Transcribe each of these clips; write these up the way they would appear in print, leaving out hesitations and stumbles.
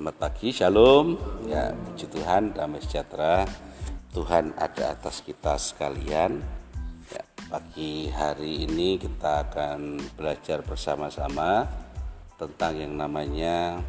Selamat pagi, shalom. Ya, puji Tuhan, damai sejahtera Tuhan ada atas kita sekalian. Ya, pagi hari ini kita akan belajar bersama-sama tentang yang namanya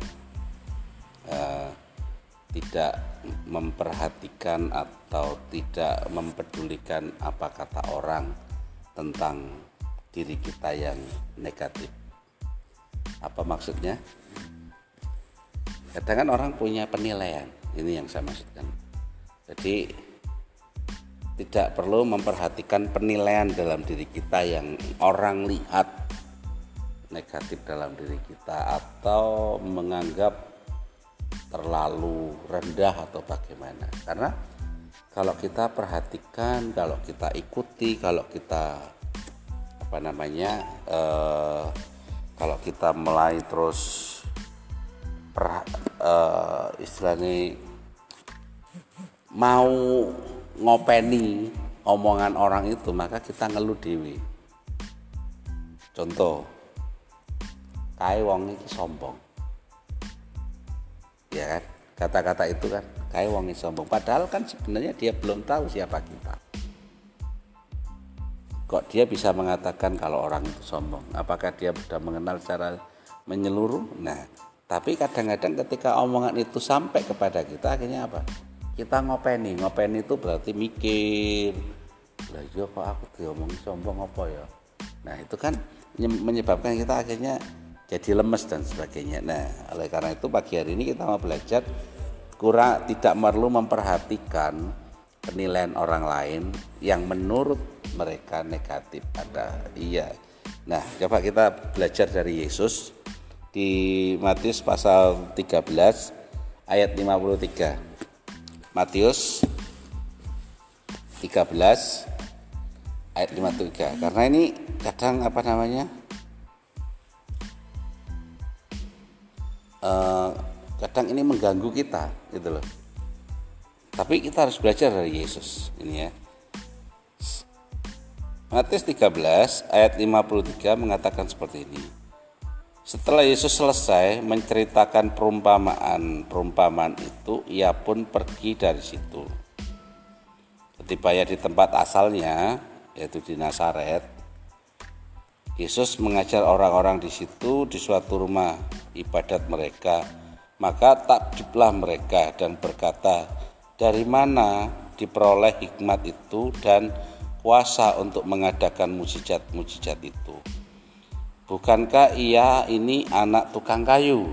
tidak memperhatikan atau tidak mempedulikan apa kata orang tentang diri kita yang negatif. Apa maksudnya? Kadang kan orang punya penilaian, ini yang saya maksudkan. Jadi tidak perlu memperhatikan penilaian dalam diri kita yang orang lihat negatif dalam diri kita atau menganggap terlalu rendah atau bagaimana. Karena kalau kita perhatikan, kalau kita ikuti, kalau kita kalau kita mulai terus istilahnya mau ngopeni omongan orang itu, maka kita ngeluh dewe. Contoh, kae wong iki sombong, ya kan, kata-kata itu kan, kae wong iki sombong, padahal kan sebenarnya dia belum tahu siapa kita. Kok dia bisa mengatakan kalau orang itu sombong? Apakah dia sudah mengenal secara menyeluruh? Nah, tapi kadang-kadang ketika omongan itu sampai kepada kita, akhirnya apa? Kita ngopeni itu berarti mikir, lah iya kok aku diomongin sombong apa ya? Nah itu kan menyebabkan kita akhirnya jadi lemes dan sebagainya. Nah oleh karena itu pagi hari ini kita mau belajar tidak perlu memperhatikan penilaian orang lain yang menurut mereka negatif pada iya. Nah coba kita belajar dari Yesus di Matius pasal 13 ayat 53. Matius 13 ayat 53. Karena ini kadang kadang ini mengganggu kita gitu loh. Tapi kita harus belajar dari Yesus ini ya. Matius 13 ayat 53 mengatakan seperti ini. Setelah Yesus selesai menceritakan perumpamaan itu, ia pun pergi dari situ. Ketibanya di tempat asalnya, yaitu di Nazaret, Yesus mengajar orang-orang di situ di suatu rumah ibadat mereka. Maka takjublah mereka dan berkata, dari mana diperoleh hikmat itu dan kuasa untuk mengadakan mukjizat-mukjizat itu? Bukankah ia ini anak tukang kayu?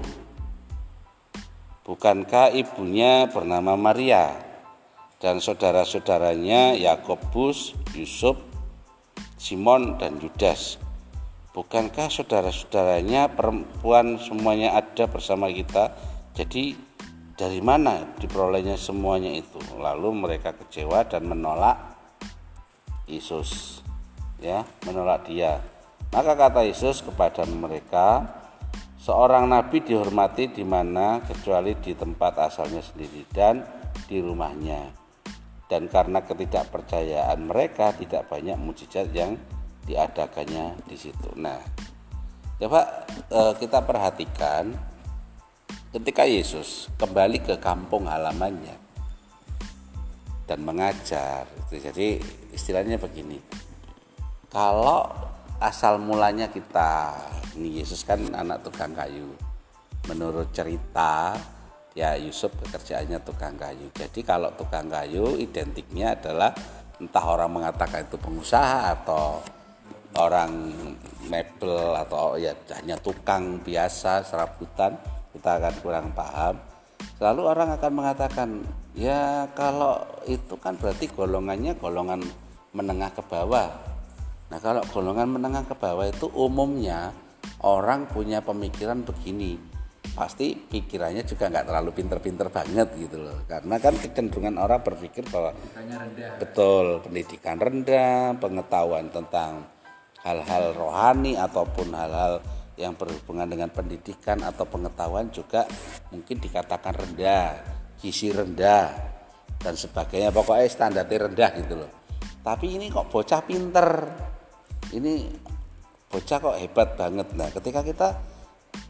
Bukankah ibunya bernama Maria dan saudara-saudaranya Yakobus, Yusuf, Simon dan Yudas? Bukankah saudara-saudaranya perempuan semuanya ada bersama kita? Jadi dari mana diperolehnya semuanya itu? Lalu mereka kecewa dan menolak Yesus, ya, menolak dia. Maka kata Yesus kepada mereka, seorang nabi dihormati di mana kecuali di tempat asalnya sendiri dan di rumahnya. Dan karena ketidakpercayaan mereka tidak banyak mukjizat yang diadakannya di situ. Nah, coba kita perhatikan ketika Yesus kembali ke kampung halamannya dan mengajar. Jadi istilahnya begini. Kalau asal mulanya kita, ini Yesus kan anak tukang kayu. Menurut cerita, ya Yusuf pekerjaannya tukang kayu. Jadi kalau tukang kayu identiknya adalah entah orang mengatakan itu pengusaha atau orang mebel atau ya hanya tukang biasa serabutan, kita akan kurang paham. Selalu orang akan mengatakan, ya kalau itu kan berarti golongannya golongan menengah ke bawah. Nah kalau golongan menengah ke bawah itu umumnya orang punya pemikiran begini, pasti pikirannya juga nggak terlalu pinter-pinter banget gitu loh, karena kan kecenderungan orang berpikir bahwa betul pendidikan rendah, pengetahuan tentang hal-hal rohani ataupun hal-hal yang berhubungan dengan pendidikan atau pengetahuan juga mungkin dikatakan rendah, gizi rendah dan sebagainya, pokoknya standarnya rendah gitu loh. Tapi ini kok bocah pinter, ini bocah kok hebat banget. Nah ketika kita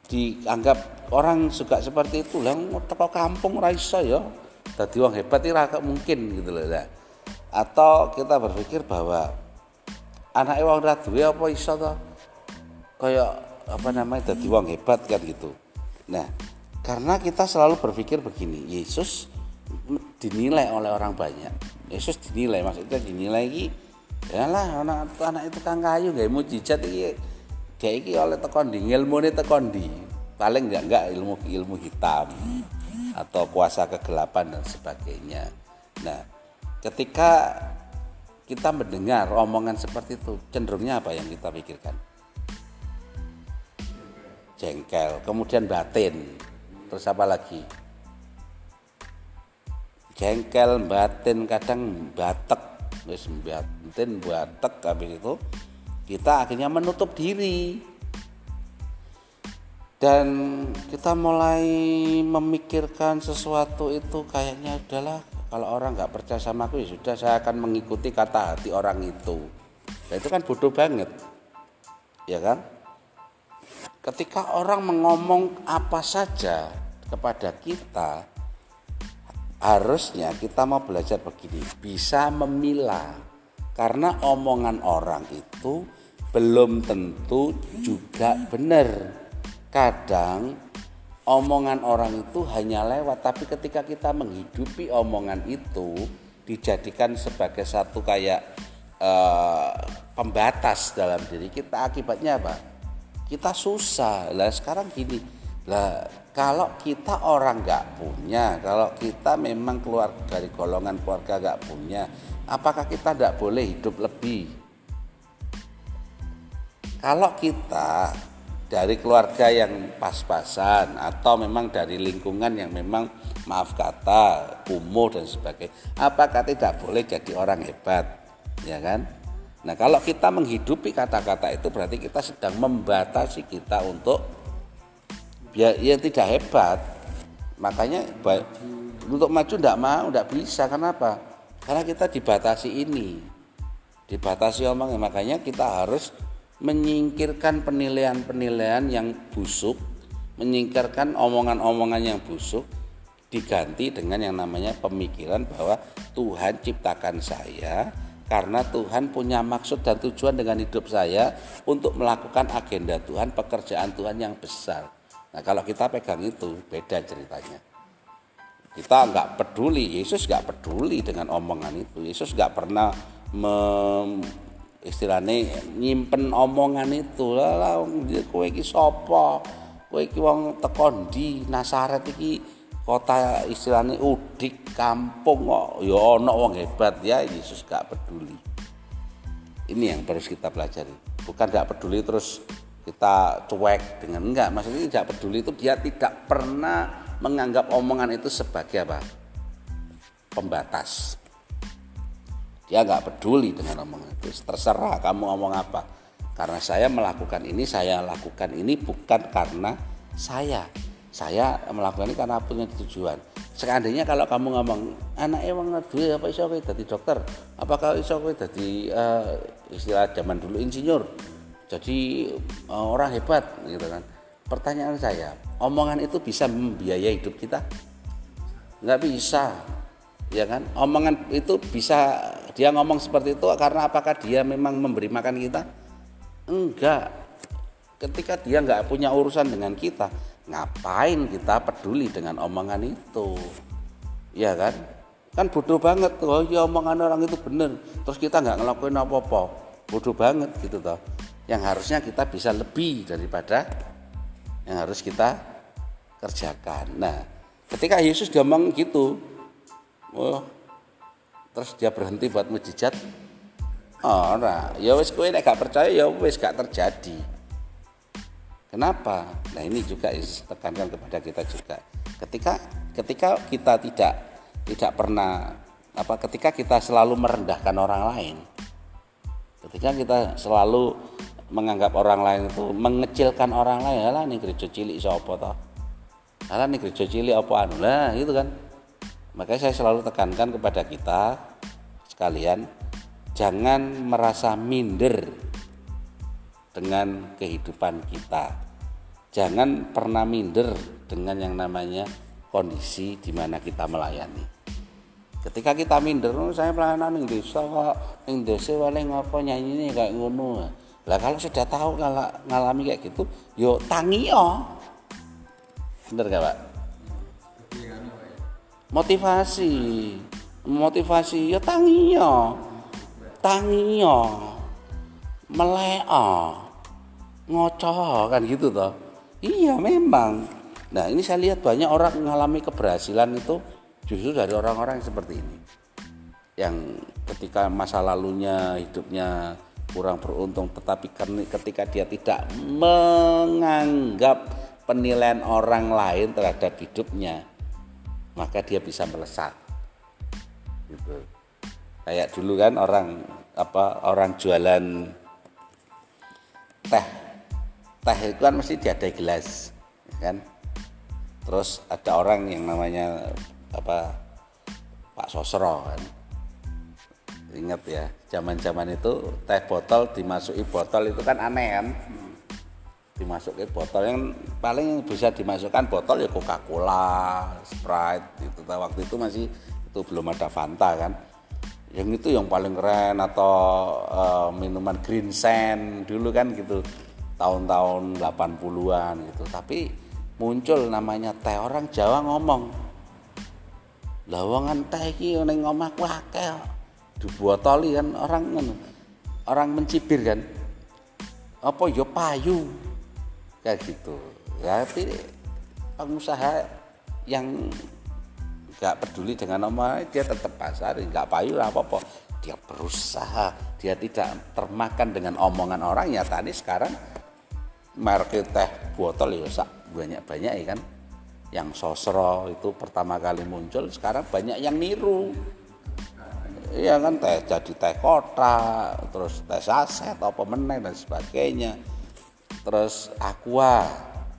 dianggap orang juga seperti itu lah, teko kampung ora iso ya dadi wong hebat iki ora mungkin gitu loh. Nah, atau kita berpikir bahwa anake wong ora duwe apa iso to kaya dadi wong hebat kan gitu. Nah, karena kita selalu berpikir begini, Yesus dinilai oleh orang banyak. Yesus dinilai, maksudnya dinilai iki yalah anak itu kang kayu gawe mujizat iki dia iki oleh tekondi, ilmune tekondi. Paling enggak ilmu hitam atau kuasa kegelapan dan sebagainya. Nah, ketika kita mendengar omongan seperti itu, cenderungnya apa yang kita pikirkan? Jengkel, kemudian batin. Terus apa lagi? Jengkel, batin, kadang batek, wis batin, batek, habis itu kita akhirnya menutup diri. Dan kita mulai memikirkan sesuatu itu kayaknya udahlah, kalau orang nggak percaya sama aku ya sudah, saya akan mengikuti kata hati orang itu. Nah, itu kan bodoh banget, ya kan? Ketika orang mengomong apa saja kepada kita, harusnya kita mau belajar begini, bisa memilah. Karena omongan orang itu belum tentu juga benar. Kadang omongan orang itu hanya lewat, tapi ketika kita menghidupi omongan itu dijadikan sebagai satu kayak pembatas dalam diri kita, akibatnya apa? Kita susah. Lah sekarang gini, lah kalau kita orang nggak punya, kalau kita memang keluar dari golongan keluarga nggak punya, apakah kita nggak boleh hidup lebih? Kalau kita dari keluarga yang pas-pasan atau memang dari lingkungan yang memang maaf kata kumuh dan sebagainya, apakah tidak boleh jadi orang hebat, ya kan? Nah, kalau kita menghidupi kata-kata itu berarti kita sedang membatasi kita untuk ya tidak hebat. Makanya untuk maju tidak mau, tidak bisa. Kenapa? Karena kita dibatasi ini, dibatasi omongnya. Makanya kita harus menyingkirkan penilaian-penilaian yang busuk, menyingkirkan omongan-omongan yang busuk, diganti dengan yang namanya pemikiran bahwa Tuhan ciptakan saya karena Tuhan punya maksud dan tujuan dengan hidup saya untuk melakukan agenda Tuhan, pekerjaan Tuhan yang besar. Nah, kalau kita pegang itu beda ceritanya. Kita nggak peduli, Yesus nggak peduli dengan omongan itu. Yesus nggak pernah istilahnya nyimpen omongan itu. Lah kowe iki sapa? Kowe iki wong teko ndi? Nasaret iki kota istilahnya udik kampung kok ya ana wong hebat ya. Yesus gak peduli. Ini yang harus kita pelajari. Bukan gak peduli terus kita cuek dengan enggak. Maksudnya tidak peduli itu dia tidak pernah menganggap omongan itu sebagai apa? Pembatas. Dia gak peduli dengan omongan itu. Terserah kamu ngomong apa. Karena saya melakukan ini, saya lakukan ini bukan karena saya melakukan ini karena punya tujuan. Seandainya kalau kamu ngomong anaknya wong duwe apa iso kowe dadi dokter, apakah iso kowe dadi istilah zaman dulu insinyur, jadi orang hebat gitu kan. Pertanyaan saya, omongan itu bisa membiayai hidup kita? Enggak bisa, ya kan? Omongan itu bisa dia ngomong seperti itu karena apakah dia memang memberi makan kita? Enggak. Ketika dia enggak punya urusan dengan kita, ngapain kita peduli dengan omongan itu? Ya kan? Kan bodoh banget. Oh ya omongan orang itu benar. Terus kita nggak ngelakuin apa-apa. Bodoh banget gitu toh. Yang harusnya kita bisa lebih daripada yang harus kita kerjakan. Nah, ketika Yesus ngomong gitu, terus dia berhenti buat mujizat. Oh, nah, ya wis kowe nek gak percaya ya wis gak terjadi. Kenapa? Nah, ini juga tekankan kepada kita juga. Ketika kita tidak pernah ketika kita selalu merendahkan orang lain, ketika kita selalu menganggap orang lain itu mengecilkan orang lain, lah ning gereja cilik sapa to? Lah ning gereja cilik apa anu lah gitu kan. Makanya saya selalu tekankan kepada kita sekalian, jangan merasa minder dengan kehidupan kita. jangan pernah minder dengan yang namanya kondisi di mana kita melayani. Ketika kita minder, saya pelayanan ning desa kok, ning desa wae ngopo nyanyine kayak ngono. Lah kalau sudah tahu ngalami kayak gitu, yo tangi yo. Bener gak, Pak? Motivasi ya tangi yo. Meleo. Ngoco kan gitu toh. Iya memang. Nah, ini saya lihat banyak orang mengalami keberhasilan itu justru dari orang-orang yang seperti ini. Yang ketika masa lalunya hidupnya kurang beruntung, tetapi ketika dia tidak menganggap penilaian orang lain terhadap hidupnya, maka dia bisa melesat. Gitu. Kayak dulu kan orang jualan teh itu kan mesti diadai gelas, kan? Terus ada orang yang namanya Pak Sosro kan. Ingat ya, zaman-zaman itu teh botol dimasuki botol itu kan aneh kan. Dimasuki botol yang paling bisa dimasukkan botol ya Coca-Cola, Sprite itu. Waktu itu masih itu belum ada Fanta kan. Yang itu yang paling keren atau minuman Green Sand dulu kan gitu. Tahun-tahun 80-an gitu. Tapi muncul namanya teh, orang Jawa ngomong, lawongan teh iki ning omahku akeh dibotoli kan, orang mencibir kan, apa ya payu kayak gitu. Tapi pengusaha yang nggak peduli dengan omah, dia tetap pasar, nggak payu apa-apa, dia berusaha, dia tidak termakan dengan omongan orang. Nyatanya sekarang merek teh botol ya banyak ya kan. Yang Sosro itu pertama kali muncul, sekarang banyak yang niru. Iya kan, jadi teh kotak, terus teh saset apa meneh dan sebagainya. Terus Aqua,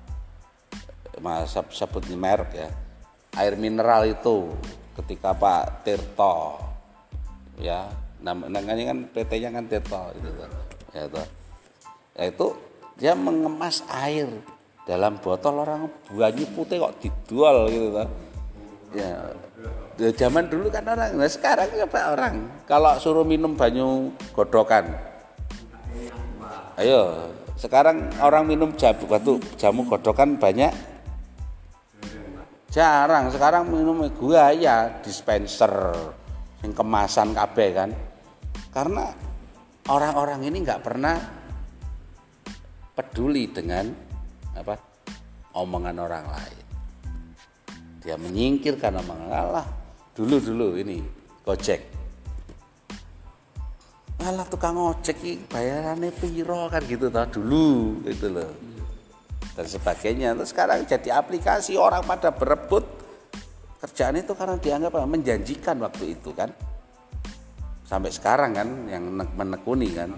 sebut merek ya, air mineral itu ketika Pak Tirto ya, namanya kan PT-nya kan Tirto itu ya, itu dia mengemas air dalam botol, orang buahnya putih kok dijual gitu kan. Ya, zaman dulu kan orang, nah sekarang apa orang kalau suruh minum banyu godokan, ayo sekarang orang minum jamu godokan banyak, jarang. Sekarang minum gua ya dispenser yang kemasan kabeh kan, karena orang-orang ini nggak pernah peduli dengan omongan orang lain. Dia menyingkirkan omongan Allah. Dulu ini Gojek, alah tukang ojek iki bayarannya piro kan gitu toh dulu gitu loh, dan sebagainya. Terus sekarang jadi aplikasi, orang pada berebut kerjaan itu karena dianggap menjanjikan waktu itu kan, sampai sekarang kan yang menekuni kan.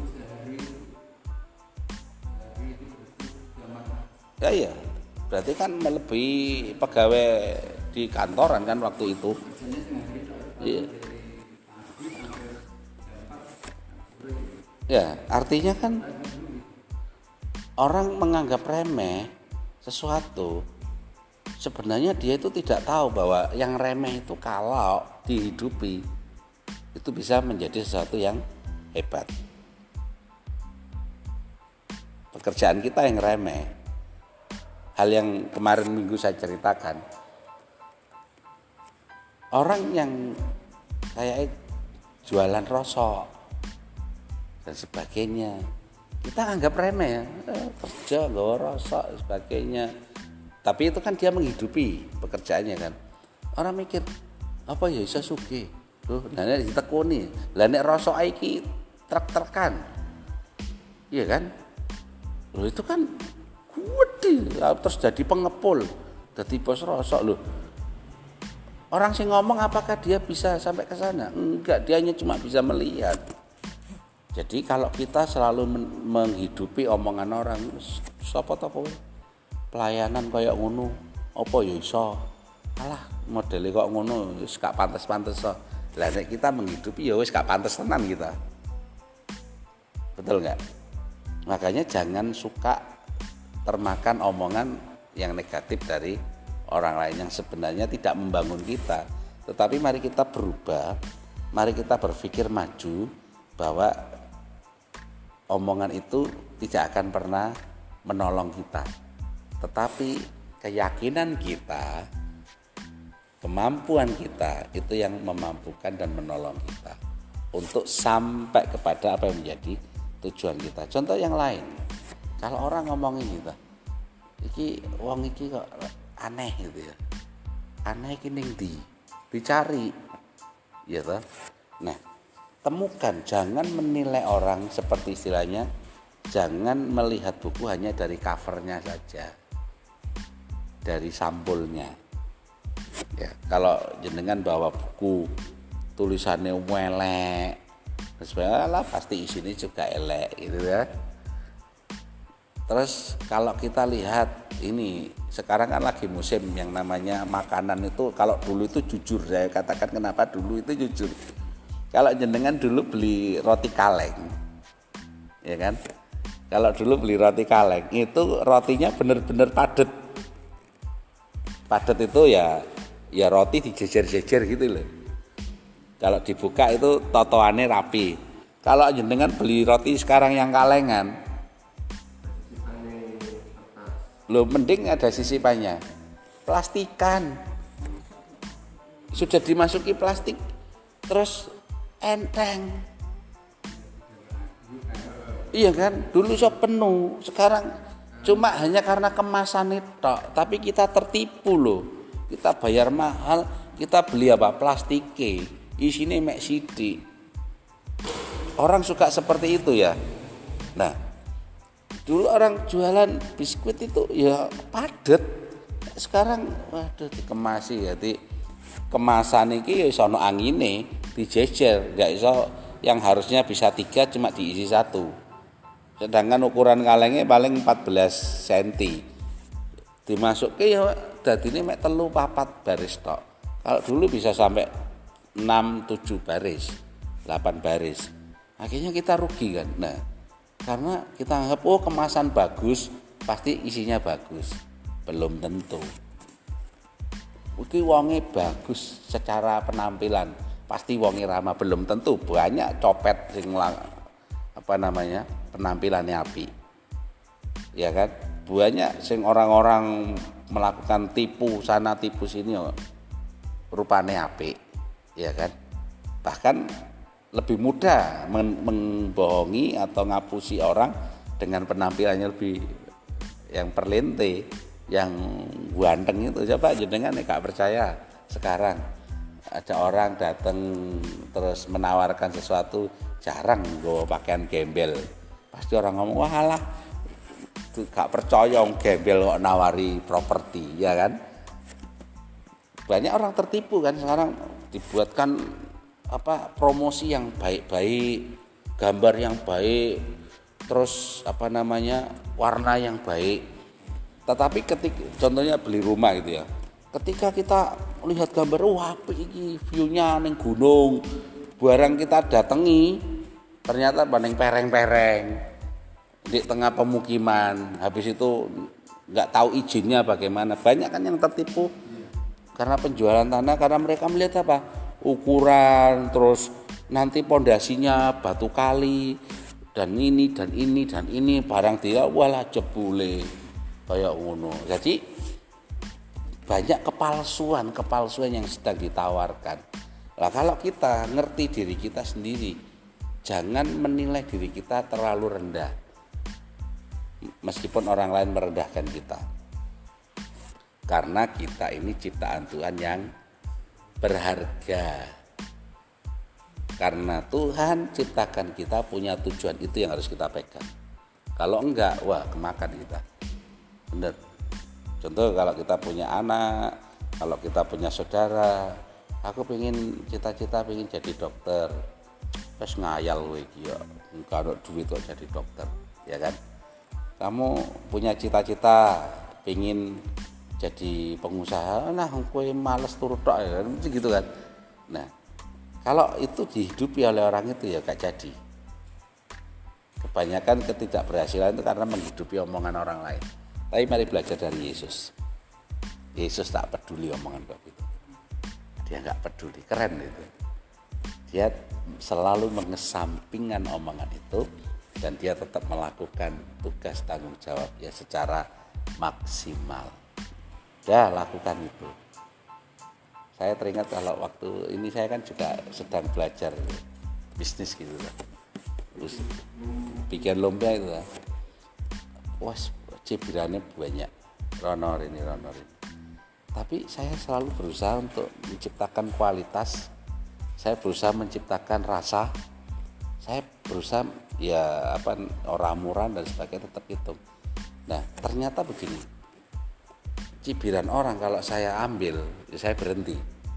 Ya, berarti kan melebihi pegawai di kantoran kan waktu itu. Iya. Ya, artinya kan orang menganggap remeh sesuatu, sebenarnya dia itu tidak tahu bahwa yang remeh itu kalau dihidupi itu bisa menjadi sesuatu yang hebat. Pekerjaan kita yang remeh, hal yang kemarin minggu saya ceritakan, orang yang kayak jualan rosok dan sebagainya, kita anggap remeh ya, kerja nggak rosok sebagainya. Tapi itu kan dia menghidupi pekerjaannya kan. Orang mikir apa ya bisa sugih, loh, nek ditekuni, lah nek rosok iki trek-trekan, iya kan? Loh itu kan gede, terus jadi pengepul, jadi bos rosok loh. Orang sih ngomong apakah dia bisa sampai ke sana? Enggak, dia hanya cuma bisa melihat. Jadi kalau kita selalu menghidupi omongan orang, sapa ta kowe? Pelayanan kayak ngono, apa ya iso? Alah, modele kok ngono, wis gak pantes-pantes so. Lah nek kita menghidupi ya wis gak pantes tenan kita. Betul enggak? Makanya jangan suka termakan omongan yang negatif dari orang lain yang sebenarnya tidak membangun kita. Tetapi mari kita berubah, mari kita berpikir maju bahwa omongan itu tidak akan pernah menolong kita. Tetapi keyakinan kita, kemampuan kita itu yang memampukan dan menolong kita untuk sampai kepada apa yang menjadi tujuan kita. Contoh yang lain, kalau orang ngomongin kita, iki wong iki kok aneh gitu ya, aneh iki ning ndi, dicari, ya toh. Nah, temukan, jangan menilai orang seperti istilahnya, jangan melihat buku hanya dari covernya saja, dari sampulnya. Ya, kalau jenengan bawa buku tulisannya elek, sebenarnya pasti isinya juga elek gitu ya. Terus kalau kita lihat ini sekarang kan lagi musim yang namanya makanan itu, kalau dulu itu jujur, saya katakan kenapa dulu itu jujur. Kalau jenengan dulu beli roti kaleng, ya kan? Kalau dulu beli roti kaleng itu rotinya benar-benar padat. Padat itu ya roti dijejer-jejer gitu loh. Kalau dibuka itu totoannya rapi. Kalau jenengan beli roti sekarang yang kalengan, lo mending ada sisipannya. Plastikan, sudah dimasuki plastik, terus enteng. Iya kan? Dulu so penuh, sekarang cuma hanya karena kemasan itu. Tapi kita tertipu loh. Kita bayar mahal, kita beli apa? Plastike. Isinya mek sidik. Orang suka seperti itu ya. Nah, dulu orang jualan biskuit itu ya padat. Sekarang waduh dikemasi ya, kemasan iki ya iso ono angine, dijejer, enggak iso, yang harusnya bisa 3 cuma diisi 1. Sedangkan ukuran kalengnya paling 14 cm. Dimasukke ya dadine mek 3-4 baris tok. Kalau dulu bisa sampai 6-7 baris, 8 baris. Akhirnya kita rugi kan. Nah, karena kita anggap kemasan bagus, pasti isinya bagus. Belum tentu. Iki wonge bagus secara penampilan, pasti wonge ramah, belum tentu. Banyak copet sing penampilannya api. Ya kan? Banyak sing orang-orang melakukan tipu sana tipu sini rupane apik, ya kan? Bahkan lebih mudah membohongi atau ngapusi orang dengan penampilannya lebih yang perlente, yang ganteng itu. Coba jenengan gak percaya, sekarang ada orang datang terus menawarkan sesuatu, jarang gue pakaian gembel, pasti orang ngomong wah alah gak percaya gembel kok nawari properti, ya kan? Banyak orang tertipu kan sekarang, dibuatkan promosi yang baik-baik, gambar yang baik, terus warna yang baik. Tetapi ketika contohnya beli rumah gitu ya, ketika kita lihat gambar wah ini view-nya ning gunung, barang kita datangi ternyata banding pereng-pereng di tengah pemukiman, habis itu nggak tahu izinnya bagaimana. Banyak kan yang tertipu karena penjualan tanah, karena mereka melihat ukuran, terus nanti pondasinya batu kali dan ini barang dia walah jebule kayak ngono. Jadi banyak kepalsuan yang sedang ditawarkan. Nah, kalau kita ngerti diri kita sendiri, jangan menilai diri kita terlalu rendah meskipun orang lain merendahkan kita. Karena kita ini ciptaan Tuhan yang berharga. Karena Tuhan ciptakan kita punya tujuan, itu yang harus kita pegang. Kalau enggak, wah kemakan kita. Benar. Contoh kalau kita punya anak, kalau kita punya saudara, aku cita-cita pengen jadi dokter. Terus ngayal kowe iki ya, kalau duit kok jadi dokter, ya kan? Kamu punya cita-cita pengen jadi pengusaha, nah kowe males turut tok ya, gitu kan. Nah, kalau itu dihidupi oleh orang itu ya gak jadi. Kebanyakan ketidakberhasilan itu karena menghidupi omongan orang lain. Tapi mari belajar dari Yesus. Yesus tak peduli omongan kok gitu. Dia nggak peduli, keren itu. Dia selalu mengesampingkan omongan itu dan dia tetap melakukan tugas tanggung jawabnya secara maksimal. Dia lakukan itu. Saya teringat kalau waktu ini saya kan juga sedang belajar bisnis gitu lah. Terus bikin lumpia itu lah. Wah, cibirannya banyak. Ronor ini. Tapi saya selalu berusaha untuk menciptakan kualitas. Saya berusaha menciptakan rasa. Saya berusaha orang murah dan sebagainya tetap hitung. Nah, ternyata begini. Cibiran orang kalau saya ambil, saya berhenti.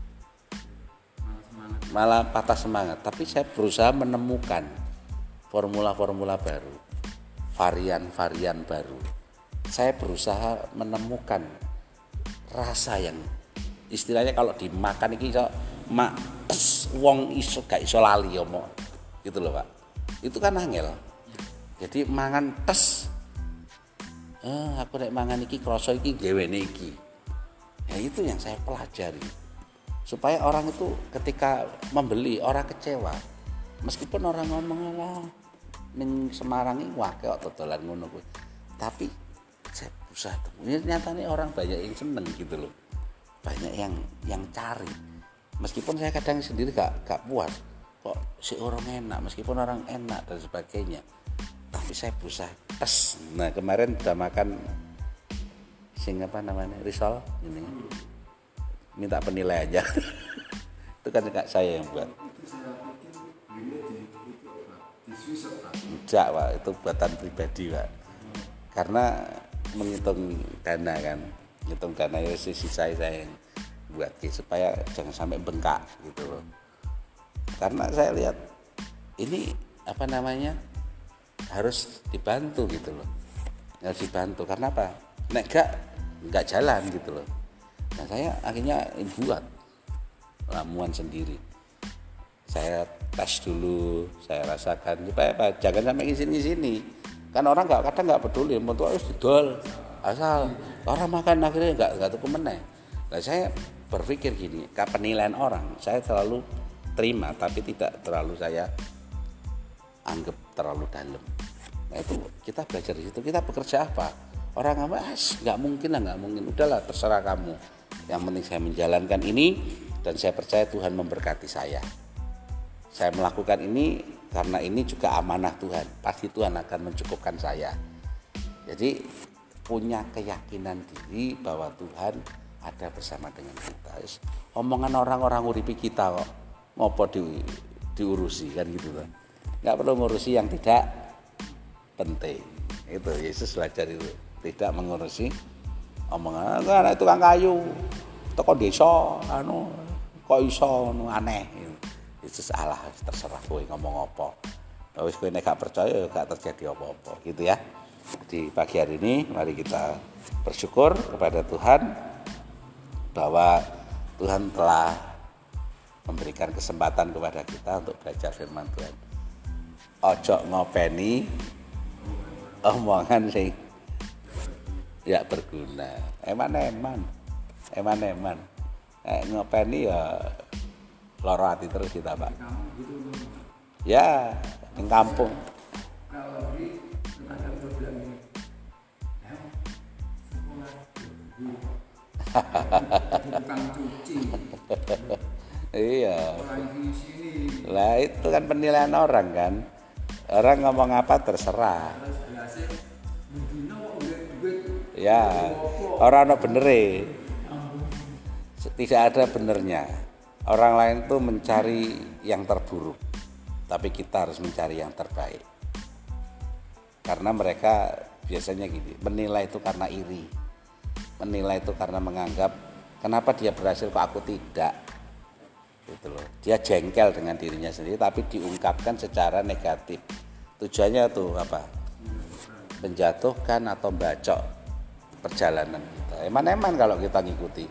Malah patah semangat. Tapi saya berusaha menemukan formula-formula baru, varian-varian baru. Saya berusaha menemukan rasa yang istilahnya kalau dimakan iki iso wong iso gak iso lali omong gitu loh Pak. Itu kan angel. Jadi mangan tes aku nek mangan iki krasa iki gewene iki. Ya itu yang saya pelajari. Supaya orang itu ketika membeli orang kecewa. Meskipun orang ngomong lah ning Semarang iki wae kok dodolan ngono kuwi. Tapi saya berusaha ini nyatanya orang banyak yang seneng gitu loh, banyak yang cari. Meskipun saya kadang sendiri gak puas, kok si orang enak, meskipun orang enak dan sebagainya, tapi saya berusaha tes. Nah kemarin udah makan risol ini, minta penilai aja. Itu kan kak saya yang buat. Enggak Pak, itu buatan pribadi Pak, karena menghitung dana kan, hitung dana ya sisi saya yang buat supaya jangan sampai bengkak gitu loh. Karena saya lihat ini harus dibantu gitu loh, harus dibantu. Karena apa? Nek nggak jalan gitu loh. Nah saya akhirnya buat ramuan sendiri. Saya tes dulu, saya rasakan supaya apa? Jangan sampai sini. Kan orang kadang nggak peduli, untuk harus didol asal orang makan akhirnya nggak tuku meneh. Nah saya berpikir gini, penilaian orang saya selalu terima, tapi tidak terlalu saya anggap terlalu dalam. Nah itu kita belajar di situ. Kita bekerja apa? Orang nggak mungkin. Udahlah terserah kamu. Yang penting saya menjalankan ini dan saya percaya Tuhan memberkati saya. Saya melakukan ini karena ini juga amanah Tuhan. Pasti Tuhan akan mencukupkan saya. Jadi punya keyakinan diri bahwa Tuhan ada bersama dengan kita. Omongan orang-orang uripi kita kok ngopo diurusi kan gitu kan. Enggak perlu ngurusi yang tidak penting. Itu Yesus belajar itu. Tidak mengurusi omongan anak tukang kayu. Teko desa kok iso aneh. Yesus Allah terserah kowe ngomong apa. Wis kowe nek gak percaya gak terjadi apa-apa gitu ya. Di pagi hari ini mari kita bersyukur kepada Tuhan bahwa Tuhan telah memberikan kesempatan kepada kita untuk belajar firman Tuhan. Ojo ngopeni omongan sing ya berguna. Eman-eman. Ngopeni ya loro hati terus kita Pak. Ya, di kampung. Kalau di ada program ini. Tukang cuci. Iya. Lah itu kan penilaian orang kan. Orang ngomong apa terserah. Ya, orang bener tidak ada benernya. Orang lain tuh mencari yang terburuk, tapi kita harus mencari yang terbaik. Karena mereka biasanya gini, menilai itu karena iri, menilai itu karena menganggap kenapa dia berhasil kok aku tidak, gitu loh. Dia jengkel dengan dirinya sendiri, tapi diungkapkan secara negatif. Tujuannya tuh apa? Menjatuhkan atau bacok perjalanan kita. Eman-eman kalau kita ngikuti.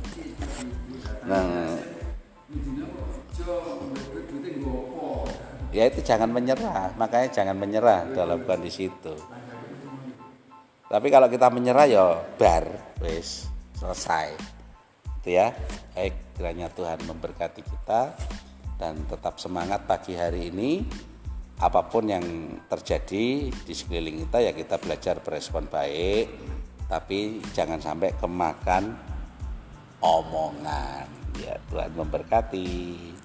Nah, ya itu jangan menyerah, makanya jangan menyerah dalam kondisi itu. Tapi kalau kita menyerah ya bar, wis selesai. Itu ya. Baik, kiranya Tuhan memberkati kita dan tetap semangat pagi hari ini. Apapun yang terjadi di sekeliling kita ya kita belajar berespon baik, tapi jangan sampai kemakan omongan. Ya, Tuhan memberkati.